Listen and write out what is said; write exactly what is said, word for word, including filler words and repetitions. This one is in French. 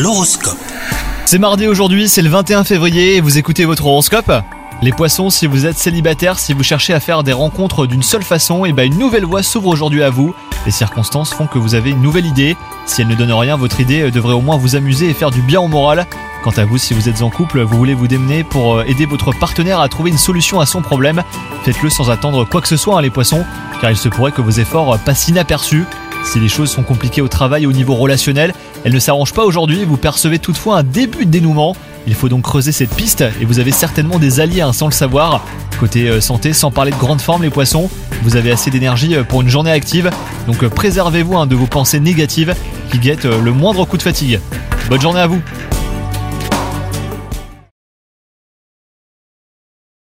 L'horoscope. C'est mardi aujourd'hui, c'est le vingt et un février et vous écoutez votre horoscope. Les poissons, si vous êtes célibataire, si vous cherchez à faire des rencontres d'une seule façon, et ben une nouvelle voie s'ouvre aujourd'hui à vous. Les circonstances font que vous avez une nouvelle idée. Si elle ne donne rien, votre idée devrait au moins vous amuser et faire du bien au moral. Quant à vous, si vous êtes en couple, vous voulez vous démener pour aider votre partenaire à trouver une solution à son problème. Faites-le sans attendre quoi que ce soit, hein, les poissons, car il se pourrait que vos efforts passent inaperçus. Si les choses sont compliquées au travail et au niveau relationnel, elles ne s'arrangent pas aujourd'hui, vous percevez toutefois un début de dénouement. Il faut donc creuser cette piste et vous avez certainement des alliés hein, sans le savoir. Côté euh, santé, sans parler de grande forme les poissons, vous avez assez d'énergie pour une journée active, donc euh, préservez-vous hein, de vos pensées négatives qui guettent euh, le moindre coup de fatigue. Bonne journée à vous.